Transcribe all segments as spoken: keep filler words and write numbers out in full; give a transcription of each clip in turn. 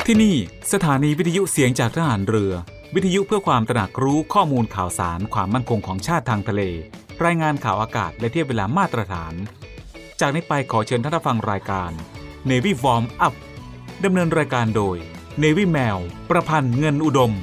ที่นี่สถานีวิทยุเสียงจากทหารเรือวิทยุเพื่อความตระหนักรู้ข้อมูลข่าวสารความมั่นคงของชาติทางทะเลรายงานข่าวอากาศและเทียบเวลามาตรฐานจากนี้ไปขอเชิญท่านรับฟังรายการ Navy Warm Up ดำเนินรายการโดย Navy แมวประพันธ์เงินอุดม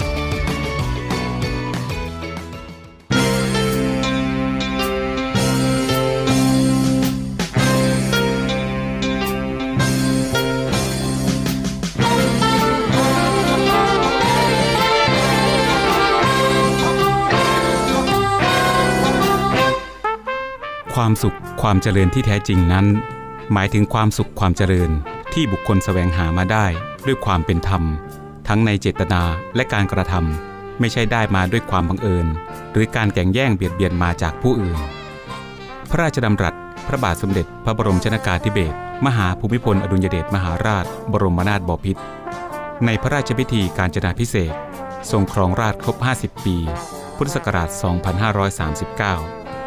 ความสุขความเจริญที่แท้จริงนั้นหมายถึงความสุขความเจริญที่บุคคลแสวงหามาได้ด้วยความเป็นธรรมทั้งในเจตนาและการกระทำไม่ใช่ได้มาด้วยความบังเอิญหรือการแข่งแย่งเบียดเบียนมาจากผู้อื่นพระราชดำรัสพระบาทสมเด็จพระบรมชนกาธิเบศรมหาภูมิพลอดุลยเดชมหาราชบรมนาถบพิตรในพระราชพิธีกาญจนาภิเษกทรงครองราชย์ครบห้าสิบปีพุทธศักราชสองพันห้าร้อยสามสิบเก้า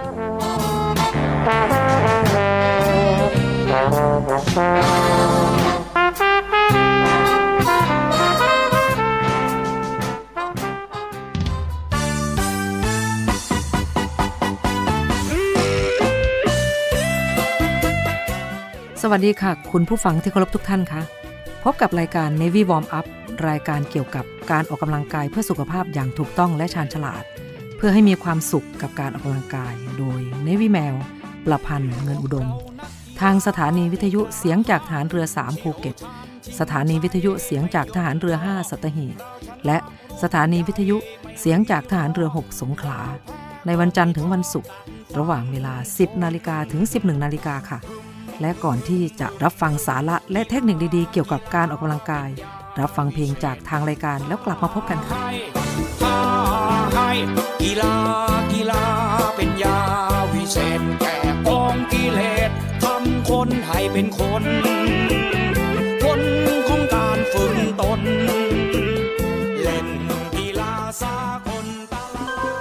สวัสดีค่ะคุณผู้ฟังที่เคารพทุกท่านคะพบกับรายการ Navy Warm Up รายการเกี่ยวกับการออกกำลังกายเพื่อสุขภาพอย่างถูกต้องและชาญฉลาดเพื่อให้มีความสุขกับการออกกำลังกายโดย Navy แมวประพันธ์เงินอุดมทางสถานีวิทยุเสียงจากทหารเรือสามภูเก็ตสถานีวิทยุเสียงจากทหารเรือห้าสัตหีบและสถานีวิทยุเสียงจากทหารเรือหกสงขลาในวันจันทร์ถึงวันศุกร์ระหว่างเวลา สิบนาฬิกา ถึง สิบเอ็ดนาฬิกาค่ะและก่อนที่จะรับฟังสาระและเทคนิคดีๆเกี่ยวกับการออกกำลังกายรับฟังเพลงจากทางรายการแล้วกลับมาพบกันค่ะกีฬากีฬาเป็นยาวิเศษแก้กองกิเลสทำคนให้เป็นคนคนของการฝึกตนเล่นกีฬาสากลตลาด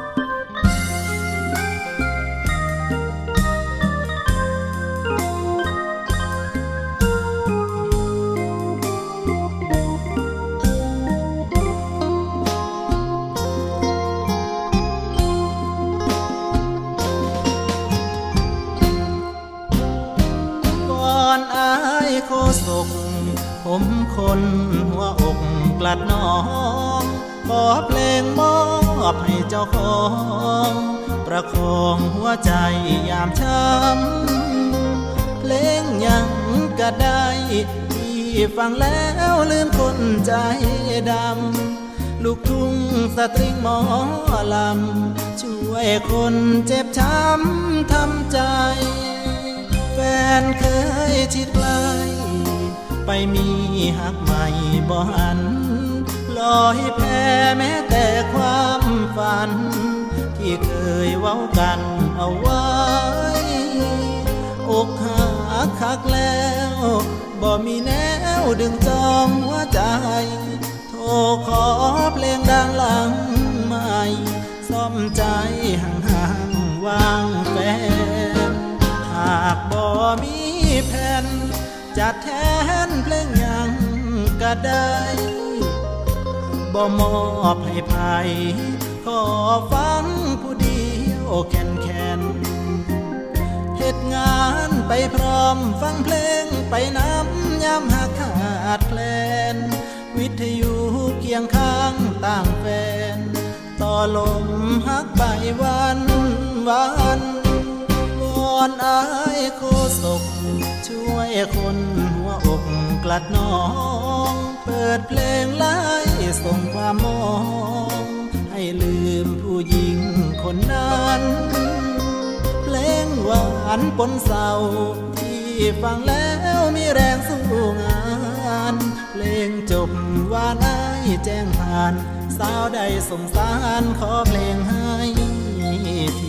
โคศกผมคนหัวอกกลัดน้องขอเพลงมอบให้เจ้าของประคองหัวใจยามช้ำเพลงยังก็ได้ที่ฟังแล้วลืมคนใจดำลูกทุ่งสตริงหมอลำช่วยคนเจ็บช้ำทำใจแฟนเคยชิดไกลไปมีหักใหม่บ่หันลอยแพ้แม้แต่ความฝันที่เคยเว้ากันเอาไว้อกหักคักแล้วบ่มีแนวดึงจองหัวใจโทรขอเพลงดังหลังใหม่ซ่อมใจห่างๆว่างแฟนหากบ่มีแผ่นจัดแทนเพลงยังก็ได้บ่มอบให้ไผขอฟังผู้เดียวแค่นแค่นเฮ็ดงานไปพร้อมฟังเพลงไปน้ำยามหากขาดแคลนวิทยุเคียงข้างต่างแฟนต่อลมฮักไปวันวันวอนอายโคศกช่วยคนหัวอกกลัดน้องเปิดเพลงไล่ส่งความมองให้ลืมผู้หญิงคนนั้นเพลงหวานปนเศร้าที่ฟังแล้วมีแรงสู้งานเพลงจบหวานอ้ายแจ้งผ่านสาวใดสงสารขอเพลงให้ที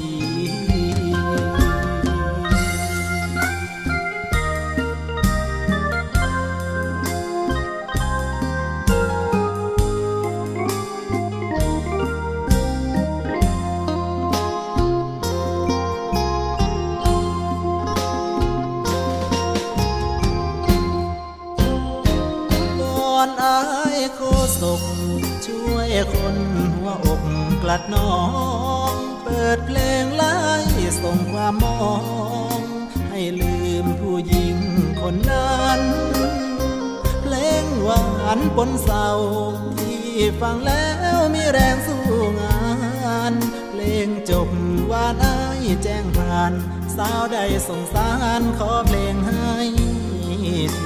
อนคนหัวอกกลัดน้องเปิดเพลงไล่ส่งความมองให้ลืมผู้หญิงคนนั้นเพลงหวานปนเศร้าที่ฟังแล้วมีแรงสู้งานเพลงจบวานอ้ายแจ้งผ่านสาวใดสงสารขอเพลงให้ที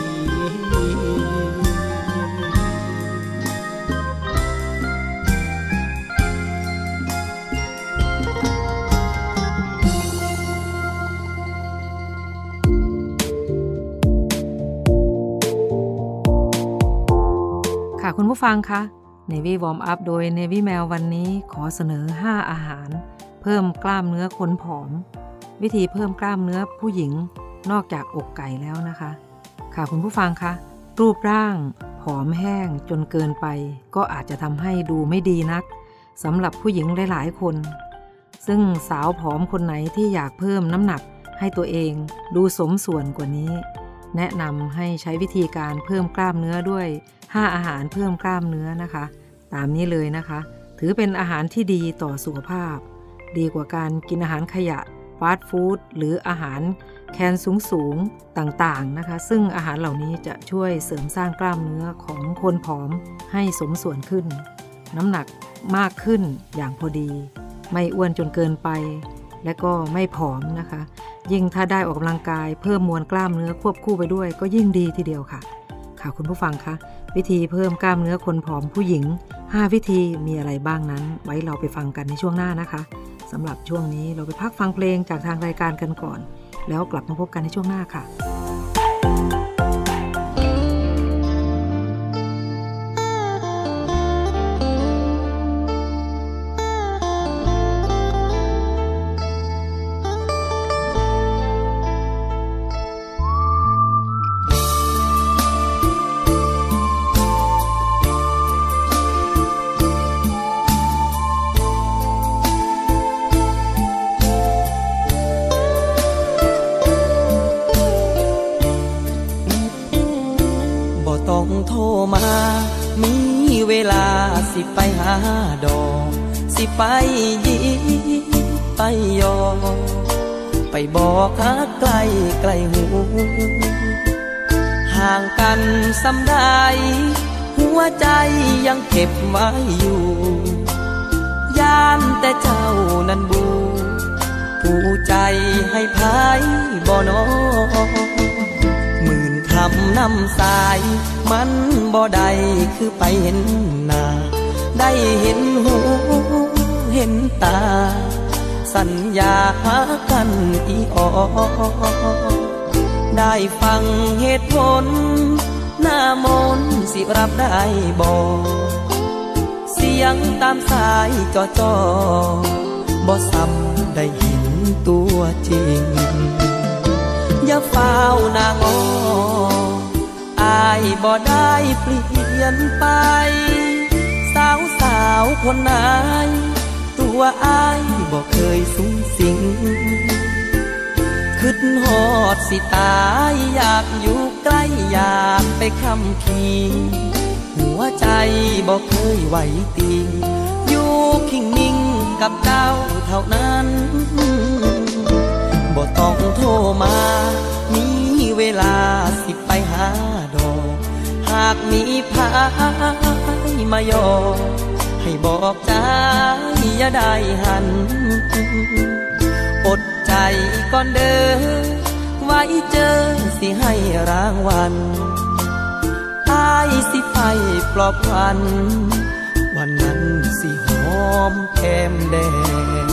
ค่ะคุณผู้ฟังคะ Navy Warm Up โดย Navy แมววันนี้ขอเสนอห้าอาหารเพิ่มกล้ามเนื้อคนผอมวิธีเพิ่มกล้ามเนื้อผู้หญิงนอกจากอกไก่แล้วนะคะค่ะคุณผู้ฟังคะรูปร่างผอมแห้งจนเกินไปก็อาจจะทำให้ดูไม่ดีนักสำหรับผู้หญิงหลายๆคนซึ่งสาวผอมคนไหนที่อยากเพิ่มน้ำหนักให้ตัวเองดูสมส่วนกว่านี้แนะนำให้ใช้วิธีการเพิ่มกล้ามเนื้อด้วยห้าอาหารเพิ่มกล้ามเนื้อนะคะตามนี้เลยนะคะถือเป็นอาหารที่ดีต่อสุขภาพดีกว่าการกินอาหารขยะฟาสต์ฟู้ดหรืออาหารแคลสูงๆต่างๆนะคะซึ่งอาหารเหล่านี้จะช่วยเสริมสร้างกล้ามเนื้อของคนผอมให้สมส่วนขึ้นน้ำหนักมากขึ้นอย่างพอดีไม่อ้วนจนเกินไปและก็ไม่ผอมนะคะยิ่งถ้าได้ออกกำลังกายเพิ่มมวลกล้ามเนื้อควบคู่ไปด้วยก็ยิ่งดีทีเดียวค่ะค่ะคุณผู้ฟังคะวิธีเพิ่มกล้ามเนื้อคนผอมผู้หญิงห้าวิธีมีอะไรบ้างนั้นไว้เราไปฟังกันในช่วงหน้านะคะสำหรับช่วงนี้เราไปพักฟังเพลงจากทางรายการกันก่อนแล้วกลับมาพบกันในช่วงหน้าค่ะโทรมามีเวลาสิไปหาดอกสิไปยิไปยอไปบอกหาไกลไกลหูห่างกันสำได้หัวใจยังเก็บไว้อยู่ย่านแต่เจ้านั้นบูผู้ใจให้พายบ่นอหมื่นคำน้ำสายมันบ่ได้คือไปเห็นหน้าได้เห็นหูเห็นตาสัญญาหากันอีออได้ฟังเหตุผลหน้ามนสิรับได้บ่เสียงตามสายจอจอบ่ซ้ำได้เห็นตัวจริงอย่าเฝ้านางออายบ่ได้เปลี่ยนไปสาวสาวคนไหนตัวอายบ่เคยสูงสิงคิดฮอดสิตายอยากอยู่ใกล้อยากไปคำคีหัวใจบ่เคยไหวติงอยู่คิงนิ่งกับเจ้าเท่านั้นบ่ต้องโทรมามีเวลาสิไปหาดอกหากมีพายมายอให้บอกใจอย่าได้หันอดใจก่อนเด้อไว้เจอสิให้รางวัลอายสิไปปลอบขวัญวันนั้นสิหอมแก้มแดง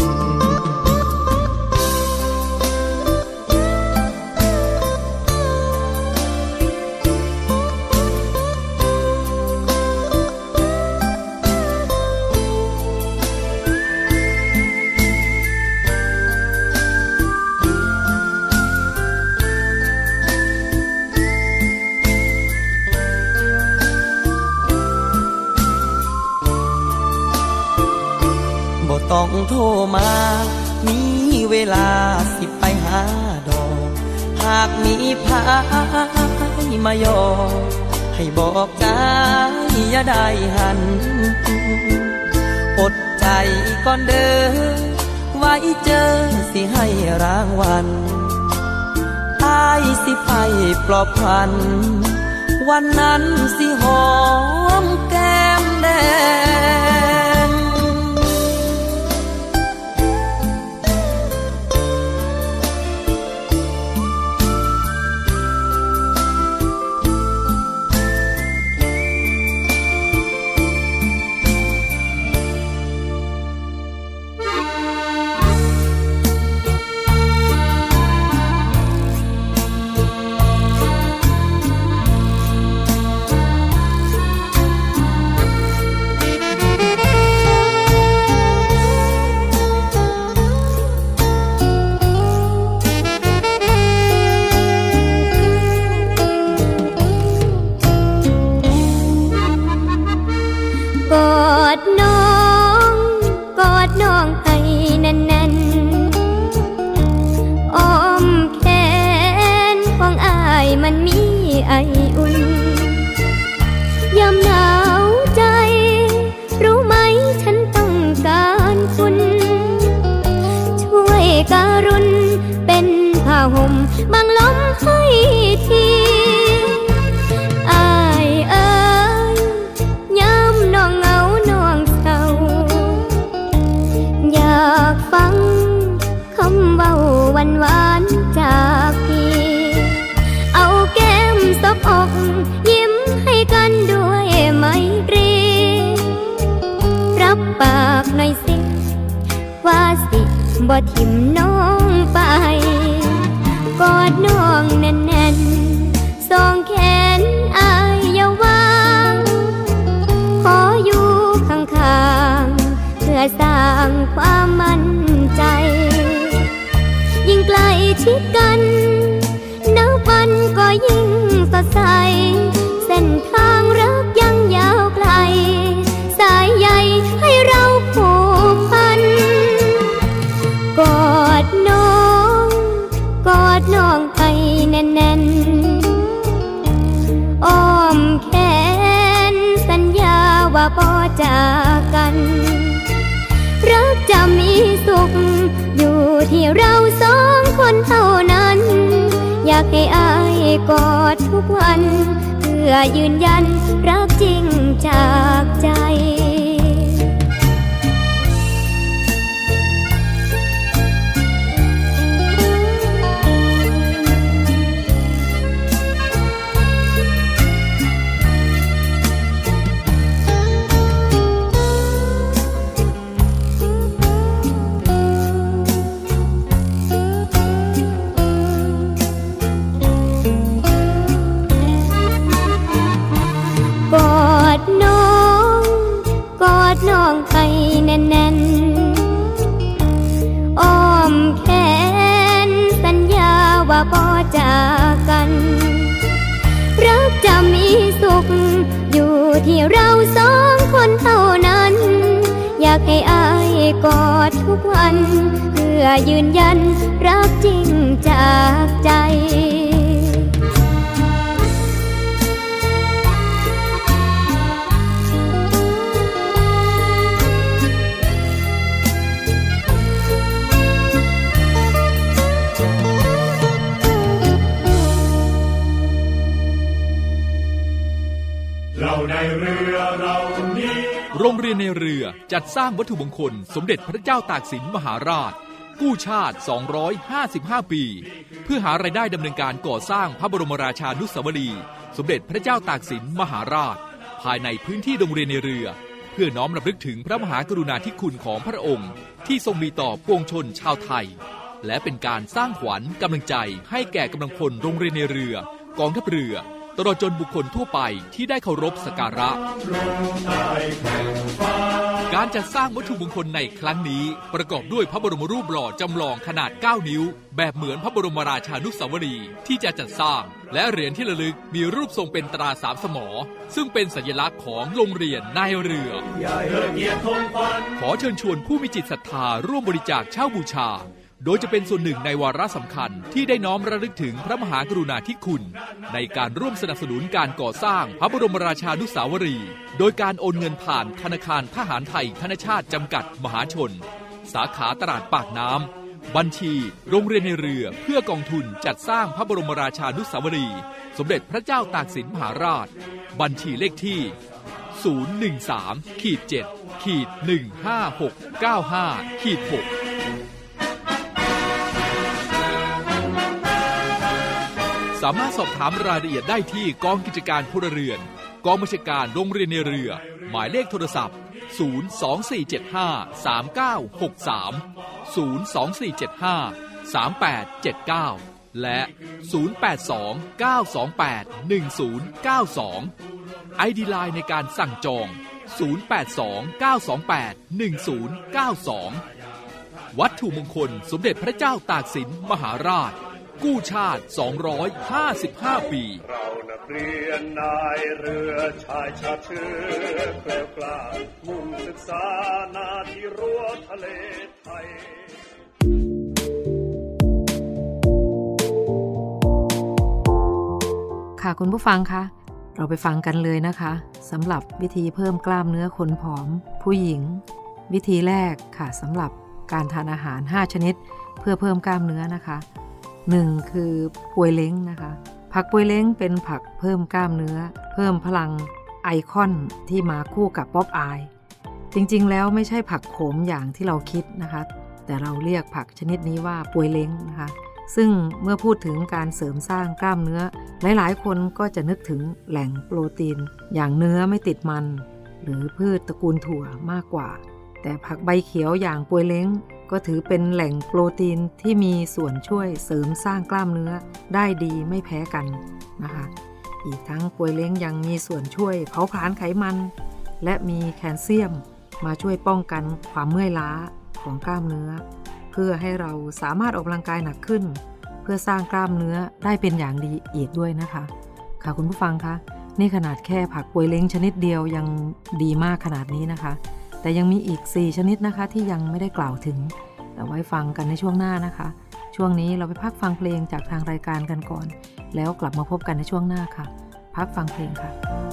ต้องโทรมามีเวลาสิไปหาดอกหากมีพายมายอให้ให้บอกใจอย่าได้หันอดใจก่อนเด้อไว้เจอสิให้รางวัลอายสิไปปลอบพันวันนั้นสิหอมแก้มแดงบังลมให้ทีอ้ายเอ้ยย้ำน้องเหงาน้องเศร้าอยากฟังคำเว้าหวานหวานจากพี่เอาแก้มซบอกยิ้มให้กันด้วยไมตรีรับปากหน่อยสิว่าสิบ่ทิ่มน้องไปกอดน้องแน่นๆสองแขนอายอย่าวางขออยู่ข้างๆเพื่อสร้างความมั่นใจยิ่งใกล้ชิดกันนับวันก็ยิ่งสดใสเส้นทางรักยังยาวไกลสายใยให้เราผูกพันกอดน้องกอดน้องไปแน่นๆอ้อมแขนสัญญาว่าบ่จากกันรักจะมีสุขอยู่ที่เราสองคนเท่านั้นอยากให้อายกอดทุกวันเพื่อยืนยันรักจริงจากใจน้องไปแน่นๆอ้อมแขนสัญญาว่าบ่จากกันรักจะมีสุขอยู่ที่เราสองคนเท่านั้นอยากให้อายกอดทุกวันเพื่อยืนยันรักจริงจากใจในเรือเรานี้โรงเรียนในเรือจัดสร้างวัตถุมงคลสมเด็จพระเจ้าตากสินมหาราชกู้ชาติสองร้อยห้าสิบห้าปีเพื่อหารายได้ดำเนินการก่อสร้างพระบรมราชานุสาวรีย์สมเด็จพระเจ้าตากสินมหาราชภายในพื้นที่โรงเรียนในเรือเพื่อน้อมรำลึกถึงพระมหากรุณาธิคุณของพระองค์ที่ทรงมีต่อปวงชนชาวไทยและเป็นการสร้างขวัญกำลังใจให้แก่กำลังพลโรงเรียนในเรือกองทัพเรือตลอดจนบุคคลทั่วไปที่ได้เคารพสักการะการจัดสร้างวัตถุมงคลในครั้งนี้ประกอบด้วยพระบรมรูปหล่อจำลองขนาดเก้านิ้วแบบเหมือนพระบรมราชานุสาวรีย์ที่จะจัดสร้างและเหรียญที่ระลึกมีรูปทรงเป็นตราสามสมอซึ่งเป็นสัญลักษณ์ของโรงเรียนนายเรือขอเชิญชวนผู้มีจิตศรัทธาร่วมบริจาคเช่าบูชาโดยจะเป็นส่วนหนึ่งในวาระสำคัญที่ได้น้อมระลึกถึงพระมหากรุณาธิคุณในการร่วมสนับสนุนการก่อสร้างพระบรมราชานุสาวรีย์โดยการโอนเงินผ่านธนาคารทหารไทยธนชาติจำกัดมหาชนสาขาตลาดปากน้ำบัญชีโรงเรียนในเรือเพื่อกองทุนจัดสร้างพระบรมราชานุสาวรีย์สมเด็จพระเจ้าตากสินมหาราชบัญชีเลขที่ ศูนย์ หนึ่ง สาม เจ็ด หนึ่ง ห้า หก เก้า ห้า หก สามารถสอบถามรายละเอียดได้ที่กองกิจการพลเรือนกองบัญชาการโรงเรียนในเรือหมายเลขโทรศัพท์ศูนย์ สอง สี่ เจ็ด ห้า สาม เก้า หก สาม ศูนย์ สอง สี่ เจ็ด ห้า สาม แปด เจ็ด เก้าและศูนย์ แปด สอง เก้า สอง แปด หนึ่ง ศูนย์ เก้า สอง ไอ ดี ไลน์ในการสั่งจองศูนย์ แปด สอง เก้า สอง แปด หนึ่ง ศูนย์ เก้า สองวัตถุมงคลสมเด็จพระเจ้าตากสินมหาราชกู้ชาติสองร้อยห้าสิบห้าปีเรานักเรียนนายเรือชายชาติเชื้อแกล้วกล้ามุ่งศึกษานาที่รั้วทะเลไทยค่ะคุณผู้ฟังคะเราไปฟังกันเลยนะคะสำหรับวิธีเพิ่มกล้ามเนื้อคนผอมผู้หญิงวิธีแรกค่ะสำหรับการทานอาหารห้าชนิดเพื่อเพิ่มกล้ามเนื้อนะคะหนึ่งคือป่วยเล้งนะคะผักป่วยเล้งเป็นผักเพิ่มกล้ามเนื้อเพิ่มพลังไอคอนที่มาคู่กับป๊อปอายจริงๆแล้วไม่ใช่ผักโขมอย่างที่เราคิดนะคะแต่เราเรียกผักชนิดนี้ว่าป่วยเล้งนะคะซึ่งเมื่อพูดถึงการเสริมสร้างกล้ามเนื้อหลายๆคนก็จะนึกถึงแหล่งโปรตีนอย่างเนื้อไม่ติดมันหรือพืชตระกูลถั่วมากกว่าแต่ผักใบเขียวอย่างป่วยเล้งก็ถือเป็นแหล่งโปรตีนที่มีส่วนช่วยเสริมสร้างกล้ามเนื้อได้ดีไม่แพ้กันนะคะอีกทั้งป่วยเล้งยังมีส่วนช่วยเผาผลาญไขมันและมีแคลเซียมมาช่วยป้องกันความเมื่อยล้าของกล้ามเนื้อเพื่อให้เราสามารถออกกำลังกายหนักขึ้นเพื่อสร้างกล้ามเนื้อได้เป็นอย่างดีอีกด้วยนะคะค่ะคุณผู้ฟังคะนี่ขนาดแค่ผักป่วยเล้งชนิดเดียวยังดีมากขนาดนี้นะคะแต่ยังมีอีกสี่ชนิดนะคะที่ยังไม่ได้กล่าวถึงแต่ไว้ฟังกันในช่วงหน้านะคะช่วงนี้เราไปพักฟังเพลงจากทางรายการกันก่อนแล้วกลับมาพบกันในช่วงหน้าค่ะพักฟังเพลงค่ะ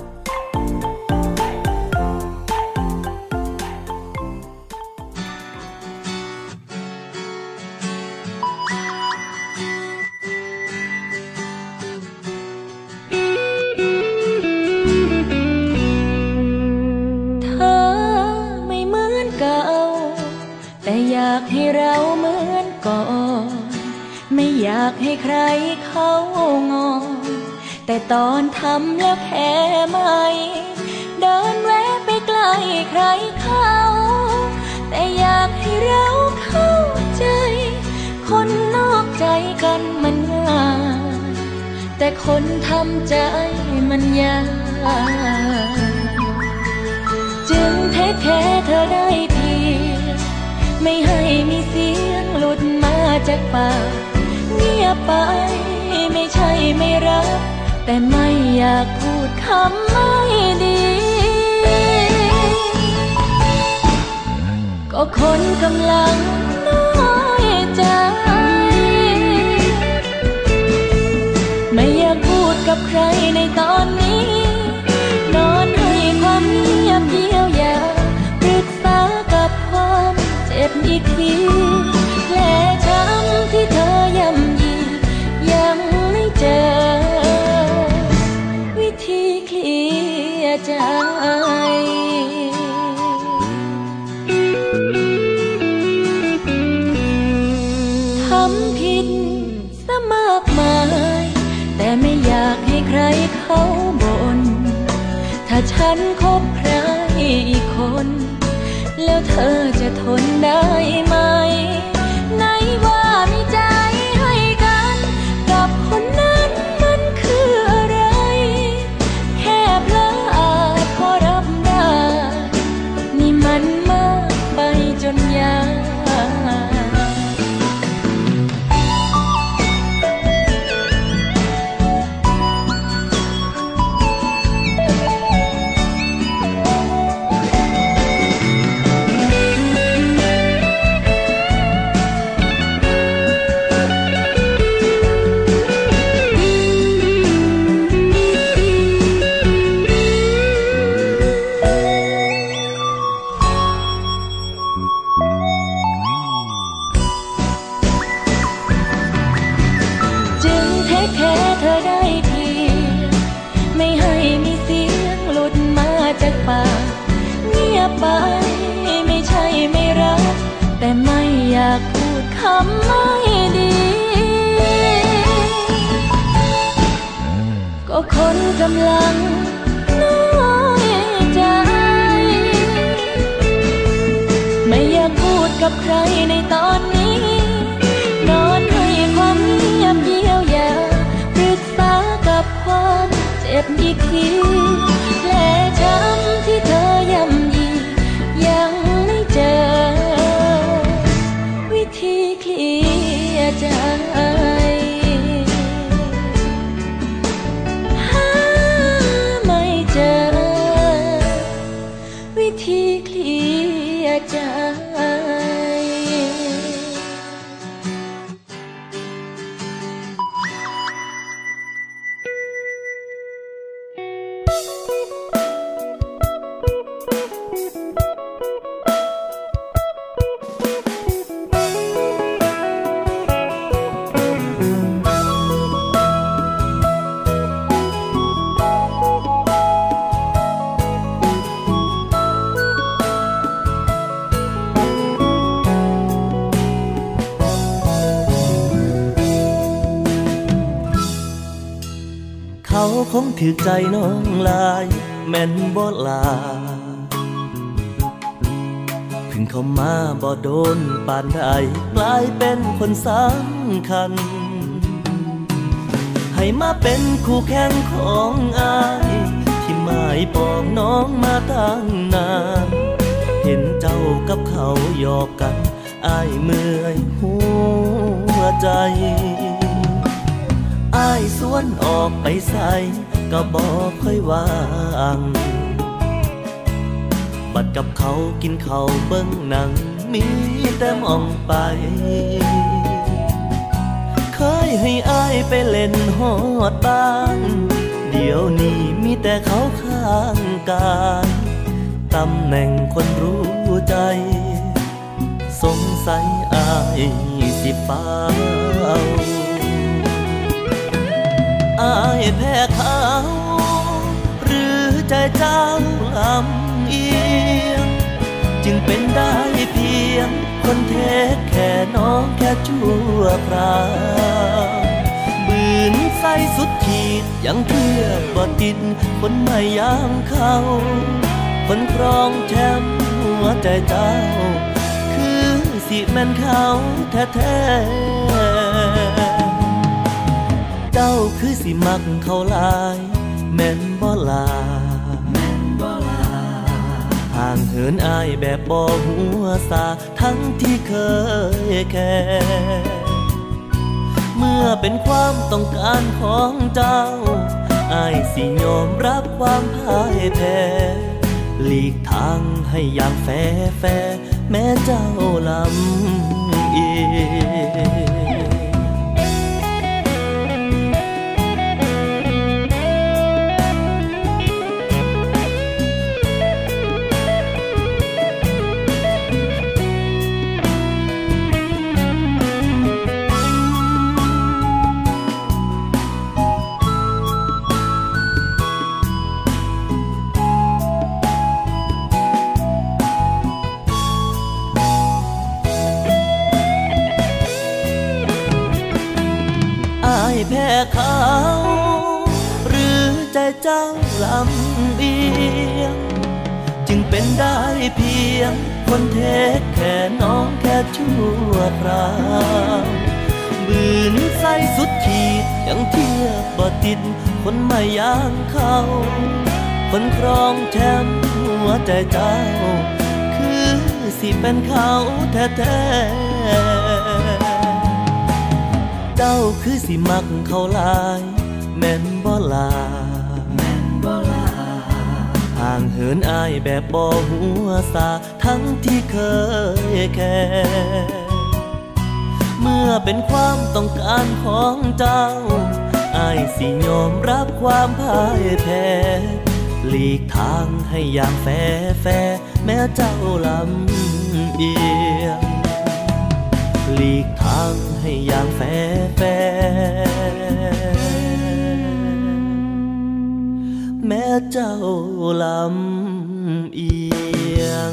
อยากให้ใครเขางอนแต่ตอนทำแล้วแค่ไม่เดินแวะไปใกล้ใครเขาแต่อยากให้เราเข้าใจคนนอกใจกันมันง่ายแต่คนทำใจมันยากจึงแท้แท้เธอได้เพียงไม่ให้มีเสียงหลุดมาจากปากเงียบไปไม่ใช่ไม่รักแต่ไม่อยากพูดคำไม่ดีก็คนกำลังน้อยใจไม่อยากพูดกับใครในตอนนี้นอนให้ความเงียบเยียวยาปรึกษากับความเจ็บอีกทีแผลช้ำที่เธอย่ำยียังไม่เจอวิธีเคลียร์ใจทำผิดซะมากมายแต่ไม่อยากให้ใครเขาบ่นถ้าฉันคบใครอีกคนแล้วเธอจะทนได้ไหมไหนว่ามีใจให้กันกับคนนั้นมันคืออะไรแค่เพลออาจพอรับได้นี่มันมากไปจนยากแค่เธอได้ทีไม่ให้มีเสียงหลุดมาจากปากเงียบไปไม่ใช่ไม่รักแต่ไม่อยากพูดคำไม่ดีก็คนกำลังน้อยใจไม่อยากพูดกับใครในตอนนี้นอนให้ความเงียบเยียวยาปรึกษากับความเจ็บอีกทีแผลช้ำที่เธอย่ำยียังไม่เจอวิธีเคลียร์ใจหาไม่เจอวิธีเคลียร์ใจเขาคงถือใจน้องลายแม่นบ่ลาเพิ่งเข้ามาบ่โดนปานใดกลายเป็นคนสำคัญให้มาเป็นคู่แข่งของอายที่หมายปองน้องมาตั้งนานเห็นเจ้ากับเขาหยอกกันอายเมื่อยหัวใจอายสวนออกไปใส่ก็บอกค่อยวางบัดกับเขากินเขาเบิ้งหนังมีแต่มองไปเคยให้อายไปเล่นฮอดบ้านเดี๋ยวนี้มีแต่เขาข้างกายตำแหน่งคนรู้ใจสงสัยอายสิฟ้าอายแพ้เขาหรือใจเจ้าลำเอียงจึงเป็นได้เพียงคนเทแค่น้องแค่ชั่วคราวบืนใส่สุดขีดยังเทียบบ่ติดคนไม่ยามเขาคนครองแชมป์หัวใจเจ้าคือสิแม่นเขาแท้ๆเจ้าคือสิมักเขาหลายแม่นบ่ลาแม่นบ่ลาห่างเหินอายแบบบ่หัวซาทั้งที่เคยแค่เมื่อเป็นความต้องการของเจ้าอายสิยอมรับความพ่ายแพ้หลีกทางให้อย่างแฟแฟแม้เจ้าลำเอียงแพ้เขาหรือใจเจ้าลำเอียงจึงเป็นได้เพียงคนเทแค่น้องแค่ชั่วคราวบืนใส่สุดขีดยังเทียบบ่ติดคนไม่ย่างเขาคนครองแชมป์หัวใจเจ้าคือสิเป็นเขาแท้ๆเจ้าคือสิมักเขาหลายแม่นบ่ลาแม่นบ่ลาห่างเหินอายแบบบ่หัวซาทั้งที่เคยแค่เมื่อเป็นความต้องการของเจ้าอายสิยอมรับความพ่ายแพ้หลีกทางให้อย่างแฟแฟแม้เจ้าลำเอียงหลีกทางให้อย่างแฟแฟเจ้าลำเอียง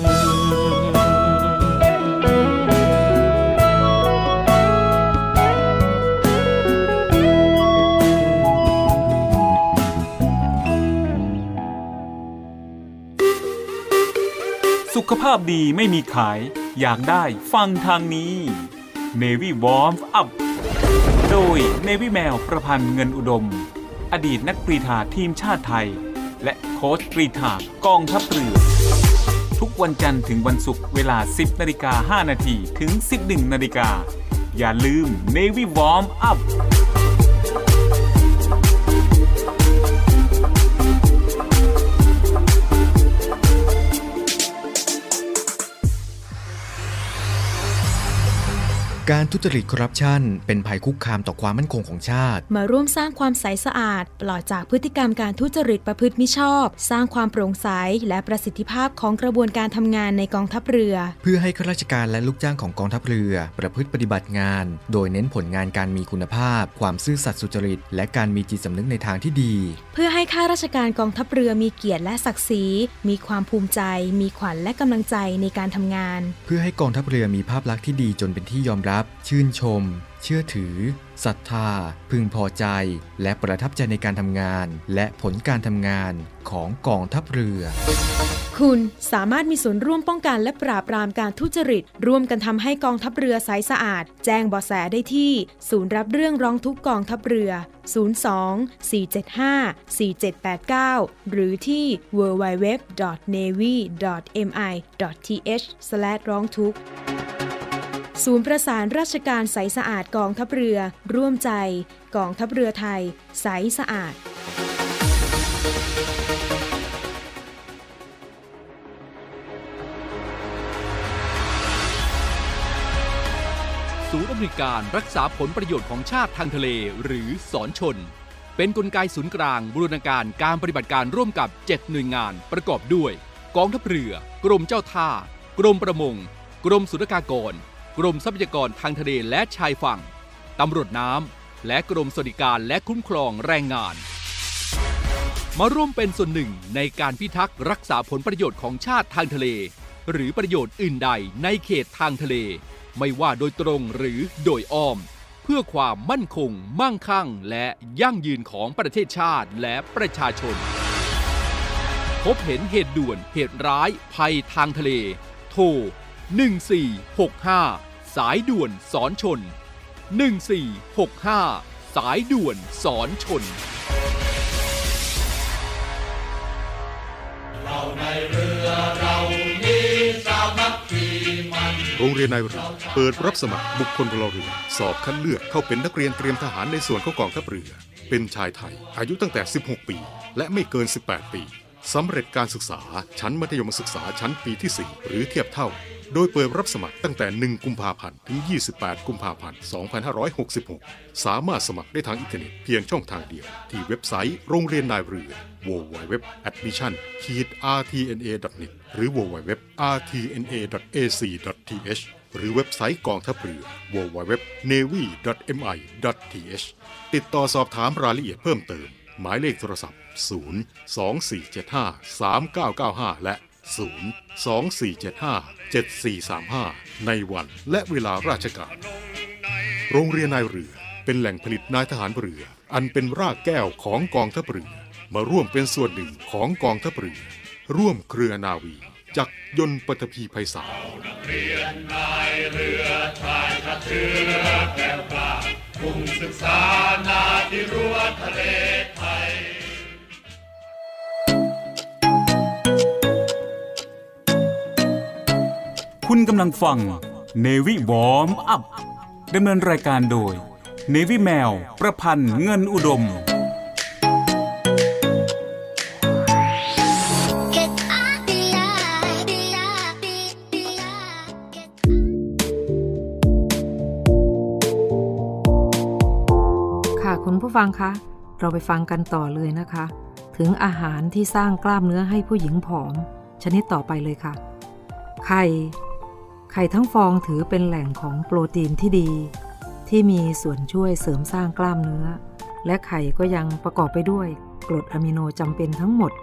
สุขภาพดีไม่มีขายอยากได้ฟังทางนี้ Navy Warm Up โดย Navy แมวประพันธ์เงินอุดมอดีตนักกรีฑาทีมชาติไทยและโค้ชกรีฑากองทัพเรือทุกวันจันทร์ถึงวันศุกร์เวลา สิบนาฬิกาห้านาที ถึง สิบเอ็ดนาฬิกาอย่าลืม Navy Warm Up การทุจริตคอร์รัปชันเป็นภัยคุกคามต่อความมั่นคงของชาติมาร่วมสร้างความใสสะอาดปลอดจากพฤติกรรมการทุจริตประพฤติมิชอบสร้างความโปร่งใสและประสิทธิภาพของกระบวนการทำงานในกองทัพเรือเพื่อให้ข้าราชการและลูกจ้างของกองทัพเรือประพฤติปฏิบัติงานโดยเน้นผลงานการมีคุณภาพความซื่อสัตย์สุจริตและการมีจิตสำนึกในทางที่ดีเพื่อให้ข้าราชการกองทัพเรือมีเกียรติและศักดิ์ศรีมีความภูมิใจมีขวัญและกำลังใจในการทำงานเพื่อให้กองทัพเรือมีภาพลักษณ์ที่ดีจนเป็นที่ยอมรับชื่นชมเชื่อถือศรัทธาพึงพอใจและประทับใจในการทำงานและผลการทำงานของกองทัพเรือคุณสามารถมีส่วนร่วมป้องกันและปราบปรามการทุจริตร่วมกันทำให้กองทัพเรือใสสะอาดแจ้งเบาะแสได้ที่ศูนย์รับเรื่องร้องทุกข์กองทัพเรือศูนย์ สอง สี่ เจ็ด ห้า สี่ เจ็ด แปด เก้าหรือที่ ดับเบิลยู ดับเบิลยู ดับเบิลยู ดอท เนวี ดอท เอ็ม ไอ ดอท ที เอช สแลช ร้องทุกข์ศูนย์ประสานราชการใสสะอาดกองทัพเรือร่วมใจกองทัพเรือไทยใสสะอาดศูนย์อำนวยการรักษาผลประโยชน์ของชาติทางทะเลหรือศรชนเป็นกลไกศูนย์กลางบูรณาการการปฏิบัติการร่วมกับเจ็ดหน่วยงานประกอบด้วยกองทัพเรือกรมเจ้าท่ากรมประมงกรมศุลกากรกรมทรัพยากรทางทะเลและชายฝั่งตำรวจน้ำและกรมสวัสดิการและคุ้มครองแรงงานมาร่วมเป็นส่วนหนึ่งในการพิทักษ์รักษาผลประโยชน์ของชาติทางทะเลหรือประโยชน์อื่นใดในเขตทางทะเลไม่ว่าโดยตรงหรือโดยอ้อมเพื่อความมั่นคงมั่งคั่งและยั่งยืนของประเทศชาติและประชาชนพบเห็นเหตุด่วนเหตุร้ายภัยทางทะเลโทรหนึ่งสี่หกห้าสายด่วนสอนชนหนึ่งสี่หกห้าสายด่วนสอนชนเราในเรือเรานี้สามัคคีมันโรงเรียนนายเรือเปิดรับสมัครบุคคลพลเรือนสอบคัดเลือกเข้าเป็นนักเรียนเตรียมทหารในส่วนของกองทัพเรือเป็นชายไทยอายุตั้งแต่สิบหกปีและไม่เกินสิบแปดปีสำเร็จการศึกษาชั้นมัธยมศึกษาชั้นปีที่สี่หรือเทียบเท่าโดยเปิดรับสมัครตั้งแต่หนึ่งกุมภาพันธ์ถึงยี่สิบแปดกุมภาพันธ์สองพันห้าร้อยหกสิบหกสามารถสมัครได้ทางอินเทอร์เน็ตเพียงช่องทางเดียวที่เว็บไซต์โรงเรียนนายเรือ ดับเบิลยู ดับเบิลยู ดับเบิลยู ดอท แอดมิชชั่น อาร์ ที เอ็น เอ ดอท เน็ต หรือ ดับเบิลยู ดับเบิลยู ดับเบิลยู ดอท อาร์ ที เอ็น เอ ดอท เอ ซี ดอท ที เอช หรือเว็บไซต์กองทัพเรือ ดับเบิลยู ดับเบิลยู ดับเบิลยู ดอท เนวี ดอท เอ็ม ไอ ดอท ที เอช ติดต่อสอบถามรายละเอียดเพิ่มเติมหมายเลขโทรศัพท์ศูนย์ สอง สี่ เจ็ด ห้า สาม เก้า เก้า ห้าและศูนย์ สอง สี่ เจ็ด ห้า เจ็ด สี่ สาม ห้าในวันและเวลาราชการโรงเรียนนายเรือเป็นแหล่งผลิตนายทหารเรืออันเป็นรากแก้วของกองทัพเรือมาร่วมเป็นส่วนหนึ่งของกองทัพเรือร่วมเครือนาวีจักรยนต์ปฐพีไพศาลนักเรียนนายเรือชายชาติเชื้อแก้วกล้ามุ่งศึกษานาที่รั้วทะเลไทยคุณกำลังฟัง Navy Warm Up ดำเนินรายการโดย Navy แมวประพันธ์เงินอุดมค่ะคุณผู้ฟังคะเราไปฟังกันต่อเลยนะคะถึงอาหารที่สร้างกล้ามเนื้อให้ผู้หญิงผอมชนิดต่อไปเลยค่ะไข่ไข่ทั้งฟองถือเป็นแหล่งของโปรตีนที่ดีที่มีส่วนช่วยเสริมสร้างกล้ามเนื้อและไข่ก็ยังประกอบไปด้วยกรดอะมิโนจำเป็นทั้งหมด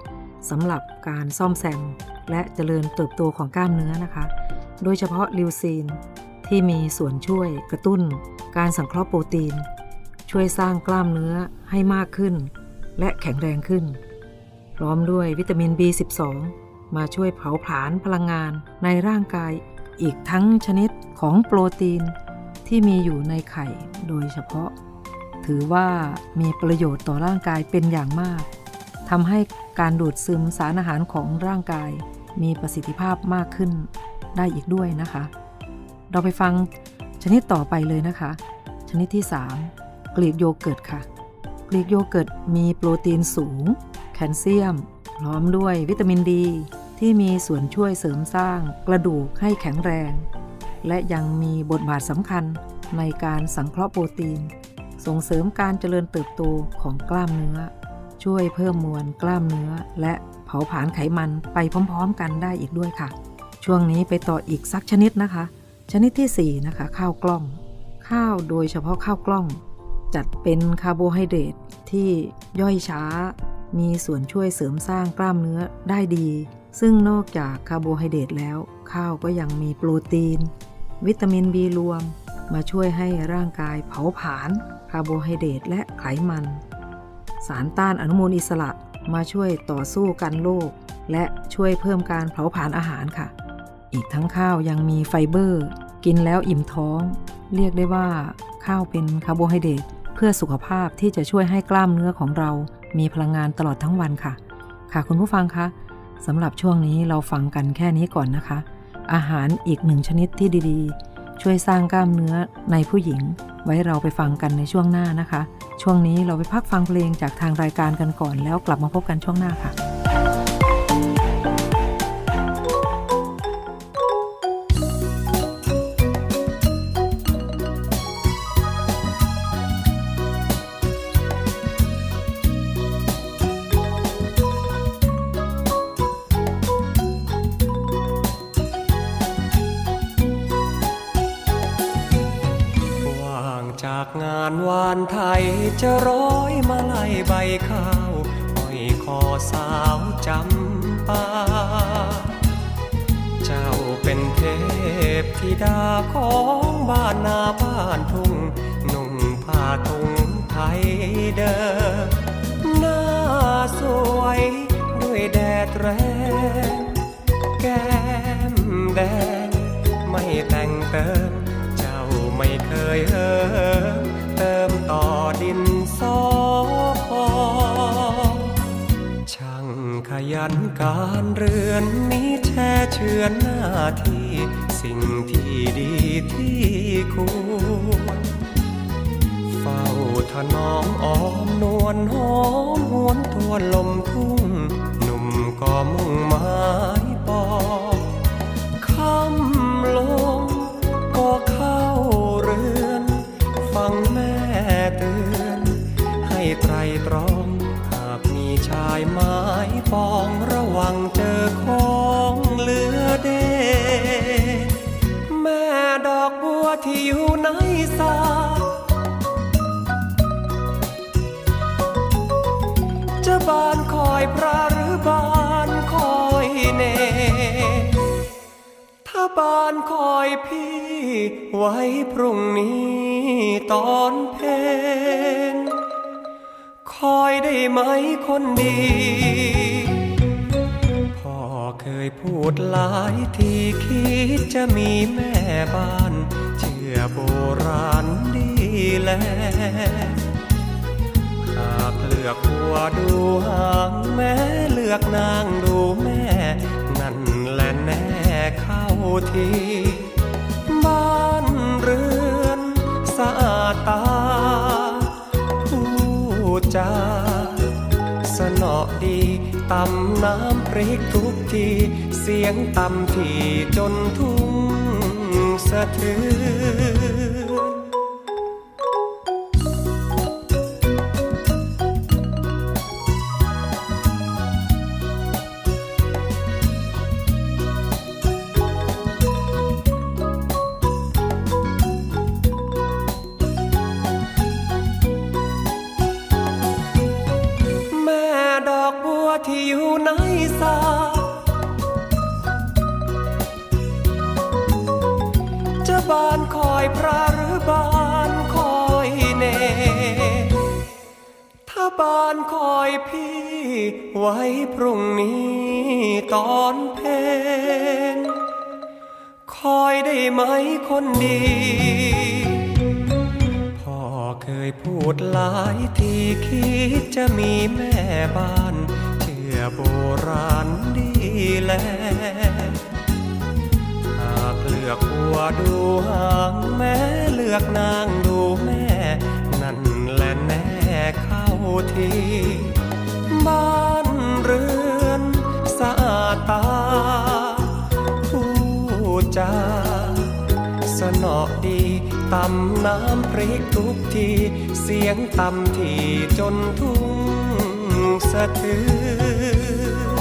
สำหรับการซ่อมแซมและเจริญเติบโตของกล้ามเนื้อนะคะโดยเฉพาะลิวซีนที่มีส่วนช่วยกระตุ้นการสังเคราะห์โปรตีนช่วยสร้างกล้ามเนื้อให้มากขึ้นและแข็งแรงขึ้นพร้อมด้วยวิตามิน บี สิบสอง มาช่วยเผาผลาญพลังงานในร่างกายอีกทั้งชนิดของโปรตีนที่มีอยู่ในไข่โดยเฉพาะถือว่ามีประโยชน์ต่อร่างกายเป็นอย่างมากทำให้การดูดซึมสารอาหารของร่างกายมีประสิทธิภาพมากขึ้นได้อีกด้วยนะคะเราไปฟังชนิดต่อไปเลยนะคะชนิดที่สามกรีกโยเกิร์ตค่ะกรีกโยเกิร์ตมีโปรตีนสูงแคลเซียมพร้อมด้วยวิตามินดีที่มีส่วนช่วยเสริมสร้างกระดูกให้แข็งแรงและยังมีบทบาทสำคัญในการสังเคราะห์โปรตีนส่งเสริมการเจริญเติบโตของกล้ามเนื้อช่วยเพิ่มมวลกล้ามเนื้อและเผาผลาญไขมันไปพร้อมๆกันได้อีกด้วยค่ะช่วงนี้ไปต่ออีกสักชนิดนะคะชนิดที่สี่นะคะข้าวกล้องข้าวโดยเฉพาะข้าวกล้องจัดเป็นคาร์โบไฮเดรตที่ย่อยช้ามีส่วนช่วยเสริมสร้างกล้ามเนื้อได้ดีซึ่งนอกจากคาร์โบไฮเดรตแล้วข้าวก็ยังมีโปรตีนวิตามิน B รวมมาช่วยให้ร่างกายเผาผลาญคาร์โบไฮเดรตและไขมันสารต้านอนุมูลอิสระมาช่วยต่อสู้กันโรคและช่วยเพิ่มการเผาผลาญอาหารค่ะอีกทั้งข้าวยังมีไฟเบอร์กินแล้วอิ่มท้องเรียกได้ว่าข้าวเป็นคาร์โบไฮเดรตเพื่อสุขภาพที่จะช่วยให้กล้ามเนื้อของเรามีพลังงานตลอดทั้งวันค่ะค่ะคุณผู้ฟังคะสำหรับช่วงนี้เราฟังกันแค่นี้ก่อนนะคะอาหารอีกหนึ่งชนิดที่ดีๆช่วยสร้างกล้ามเนื้อในผู้หญิงไว้เราไปฟังกันในช่วงหน้านะคะช่วงนี้เราไปพักฟังเพลงจากทางรายการกันก่อนแล้วกลับมาพบกันช่วงหน้าค่ะงานวานไทยจะร้อยมาไล่ใบข้าวห้อยคอสาวจำปาเจ้าเป็นเทพธิดาของบ้านนาบ้านทุ่งนุ่งผ้าถุงไทยเดิมหน้าสวยด้วยแดดแรงแก้มแดงไม่แต่งเติมไม่เคยเหิมเติมต่อดินสอพอช่างขยันการเรือนนี้แช่เชือนหน้าที่สิ่งที่ดีที่ควรเฝ้าถนอมอ้อมนวลหอมหวนทวนลมทุ่งหนุ่มก็มุ่งหมายปองค่ำลงก็เข้าเรือนฟังแม่เตือนให้ไตรตรองหากมีชายไม้ปองระวังเจอของเหลือเดแม่ดอกบัวที่อยู่ในสาจะบานคอยพระหรือบานคอยเนถ้าบานคอยพี่ไว้พรุ่งนี้ตอนเพลงคอยได้ไหมคนดีพ่อเคยพูดหลายทีคิดจะมีแม่บ้านเชื่อโบราณดีแลหากเลือกหัวดูหางแม่เลือกนางดูแม่นั่นแหละแน่เข้าทีบ้านเรือนสะอาดตาพูดจาสนอดีตำน้ำพริกทุกทีเสียงตำที่จนทุ่งสะเทือน ที่อยู่ในบานคอยพี่ไว้พรุ่งนี้ตอนเพลงคอยได้ไหมคนดีพ่อเคยพูดหลายทีคิดจะมีแม่บ้านเชื่อโบราณดีแลหากเลือกหัวดูหางแม่เลือกนางดูแม่นั่นแหละแน่เข้าทีบ้านเรือนสะอาดตาผู้จาสนอดีตำน้ำพริกทุกทีเสียงตำที่จนทุ่งสะเทือน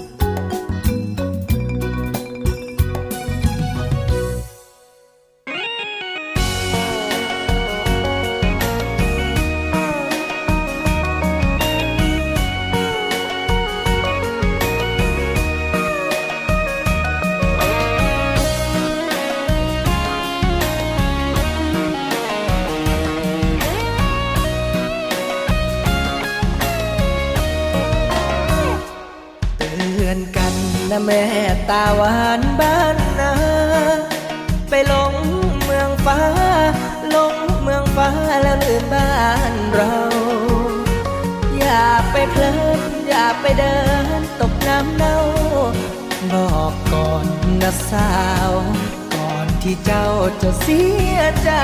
แม่ตาหวานบ้านนาไปหลงเมืองฟ้าหลงเมืองฟ้าแล้วลืมบ้านเราอย่าไปเพลินอย่าไปเดินตกน้ำเน่าบอกก่อนนะสาวก่อนที่เจ้าจะเสียใจ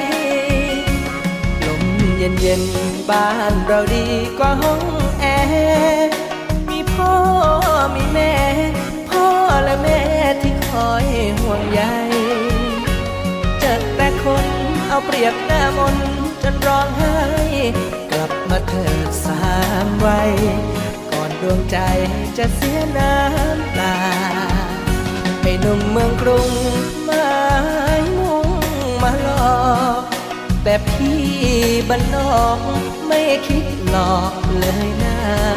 ลมเย็นๆบ้านเราดีกว่าห้องแอร์มีพ่อมีแม่พ่อและแม่ที่คอยห่วงใยเจอแต่คนเอาเปรียบหน้ามนจนร้องไห้กลับมาเถิดสามวัยก่อนดวงใจจะเสียน้ำตาไอ้หนุ่มเมืองกรุงหมายมุ่งมาหลอกแต่พี่บ้านนอกไม่คิดหลอกเลยนะ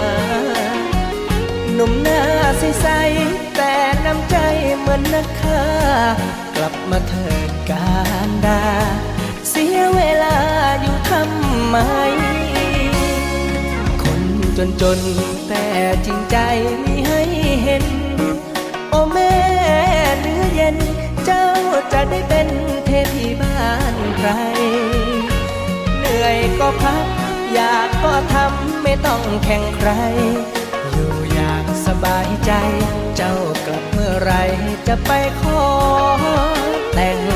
หนุ่มหน้าใสๆแต่น้ำใจเหมือนนักฆ่ากลับมาเถิดการดาเสียเวลาอยู่ทำไมคนจนๆแต่จริงใจมีให้เห็นโอ้แม่เนื้อเย็นเจ้าจะได้เป็นเทพีบ้านใครเหนื่อยก็พักอยากก็ทำไม่ต้องแข่งใครอยู่อย่างสบายใจเจ้ากลับเมื่อไรจะไปขอแต่ง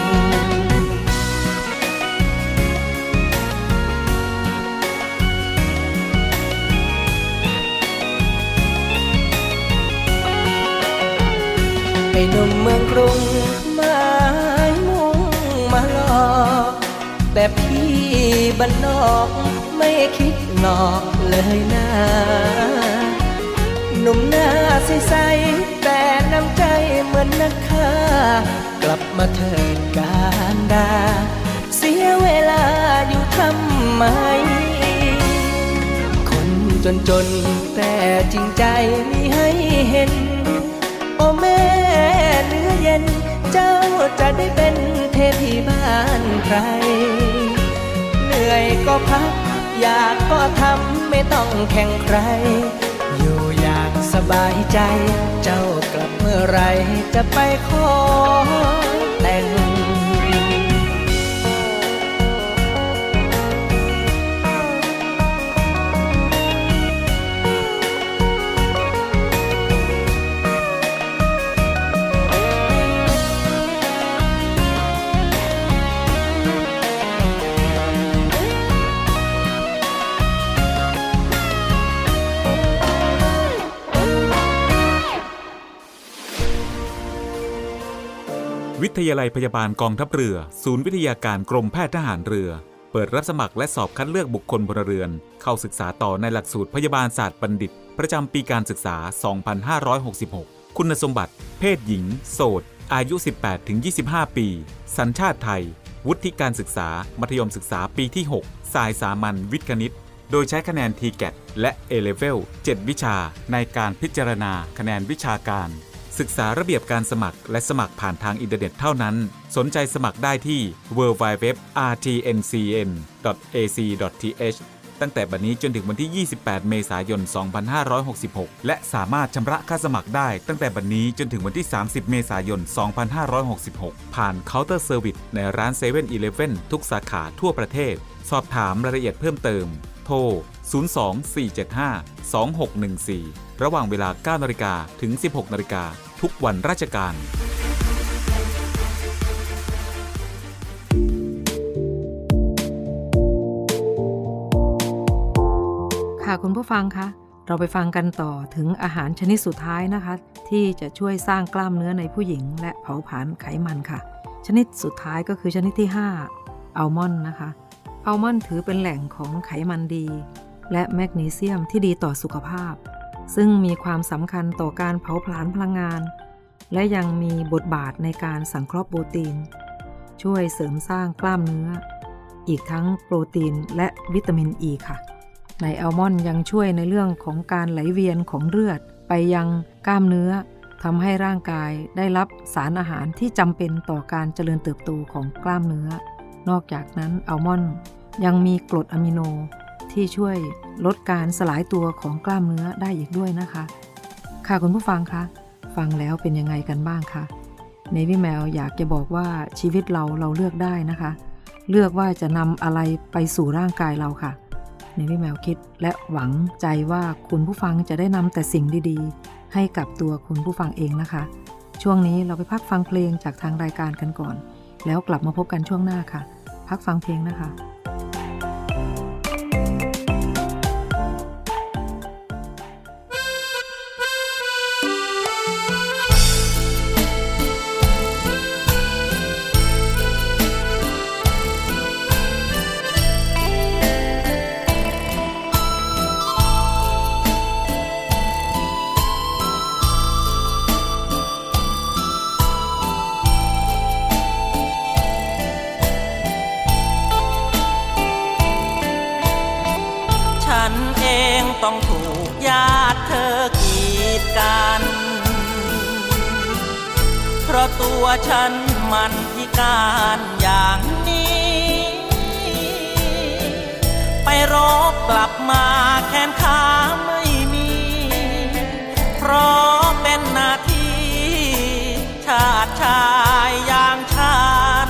ไอ้หนุ่มเมืองกรุงหมายมุ่งมาหลอกแต่พี่บ้านนอกไม่คิดหลอกเลยนะหนุ่มหน้าใสๆแต่น้ำใจเหมือนนักฆ่ากลับมาเถิดการดาเสียเวลาอยู่ทำไมคนจนๆแต่จริงใจมีให้เห็นโอ้แม่เนื้อเย็นเจ้าจะได้เป็นเทพีบ้านใครเหนื่อยก็พักอยากก็ทำไม่ต้องแข่งใครอยู่อย่างสบายใจเจ้ากลับเมื่อไรจะไปขอแต่งวิทยาลัยพยาบาลกองทัพเรือศูนย์วิทยาการกรมแพทย์ทหารเรือเปิดรับสมัครและสอบคัดเลือกบุคคลพลเรือนเข้าศึกษาต่อในหลักสูตรพยาบาลศาสตร์บัณฑิตประจำปีการศึกษา สองพันห้าร้อยหกสิบหก คุณสมบัติเพศหญิงโสดอายุ สิบแปดถึงยี่สิบห้า ปีสัญชาติไทยวุฒิการศึกษามัธยมศึกษาปีที่ หก สายสามัญวิทย์คณิตโดยใช้คะแนน ที แกต และ เอ เลเวล เจ็ด วิชาในการพิจารณาคะแนนวิชาการศึกษาระเบียบการสมัครและสมัครผ่านทางอินเทอร์เน็ตเท่านั้นสนใจสมัครได้ที่ ดับเบิลยู ดับเบิลยู ดับเบิลยู ดอท อาร์ ที เอ็น ซี เอ็น ดอท เอ ซี ดอท ที เอชตั้งแต่บัดนี้จนถึงวันที่ยี่สิบแปดเมษายนสองพันห้าร้อยหกสิบหกและสามารถชำระค่าสมัครได้ตั้งแต่บัดนี้จนถึงวันที่สามสิบเมษายนสองพันห้าร้อยหกสิบหกผ่านเคาน์เตอร์เซอร์วิสในร้าน เซเว่น อีเลฟเว่น ทุกสาขาทั่วประเทศสอบถามรายละเอียดเพิ่มเติมโทรศูนย์ สอง สี่ เจ็ด ห้า สอง หก หนึ่ง สี่ ระหว่างเวลา เก้านาฬิกา ถึง สิบหกนาฬิกา ทุกวันราชการค่ะคุณผู้ฟังคะเราไปฟังกันต่อถึงอาหารชนิดสุดท้ายนะคะที่จะช่วยสร้างกล้ามเนื้อในผู้หญิงและเผาผลาญไขมันค่ะชนิดสุดท้ายก็คือชนิดที่ห้าอัลมอนด์นะคะอัลมอนด์ถือเป็นแหล่งของไขมันดีและแมกนีเซียมที่ดีต่อสุขภาพซึ่งมีความสำคัญต่อการเผาผลาญพลังงานและยังมีบทบาทในการสังเคราะห์โปรตีนช่วยเสริมสร้างกล้ามเนื้ออีกทั้งโปรตีนและวิตามินอ e ีค่ะในอัลมอนด์ยังช่วยในเรื่องของการไหลเวียนของเลือดไปยังกล้ามเนื้อทำให้ร่างกายได้รับสารอาหารที่จำเป็นต่อการเจริญเติบโตของกล้ามเนื้อนอกจากนั้นอัลมอนด์ยังมีกรดอะมิโนที่ช่วยลดการสลายตัวของกล้ามเนื้อได้อีกด้วยนะคะค่ะคุณผู้ฟังคะฟังแล้วเป็นยังไงกันบ้างคะเนวี่แมวอยากจะบอกว่าชีวิตเราเราเลือกได้นะคะเลือกว่าจะนำอะไรไปสู่ร่างกายเราค่ะเนวี่แมวคิดและหวังใจว่าคุณผู้ฟังจะได้นำแต่สิ่งดีๆให้กับตัวคุณผู้ฟังเองนะคะช่วงนี้เราไปพักฟังเพลงจากทางรายการกันก่อนแล้วกลับมาพบกันช่วงหน้าค่ะพักฟังเพลงนะคะต้องถูกญาติเธอกีดกันเพราะตัวฉันมันพิการอย่างนี้ไปรบกลับมาแขนขาไม่มีเพราะเป็นหน้าที่ชาติชายอย่างฉัน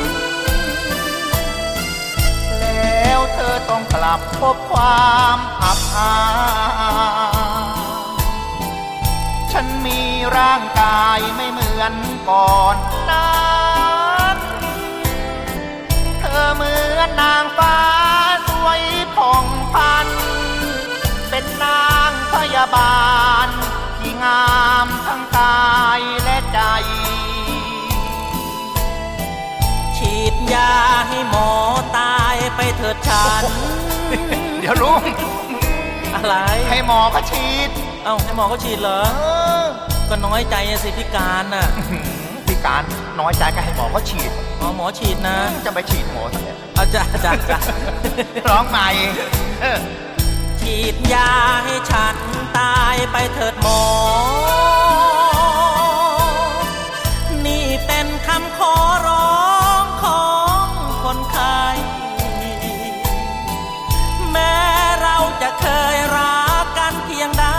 แล้วเธอต้องกลับพบความอับอายฉันมีร่างกายไม่เหมือนก่อนนั้นเธอเหมือนนางฟ้าสวยผ่องพันเป็นนางพยาบาลที่งามทั้งกายและใจฉีดยาให้หมอตายไปเถิดฉัน เดี๋ยวลุงอะไรให้หมอก็ฉีดเอ้าให้หมอก็ฉีดเหรอก็น้อยใจสิพิการน่ะพิการน้อยใจก็ให้หมอก็ฉีดอ๋อหมอฉีดนะจะไปฉีดหมอทำไมเอาจ้ะจ้ะจ้ะร้องใหม่ฉีดยาให้ฉันตายไปเถิดหมอนี่เป็นคำขอร้องของคนไข้แม้เราจะเคยรักกันเพียงใด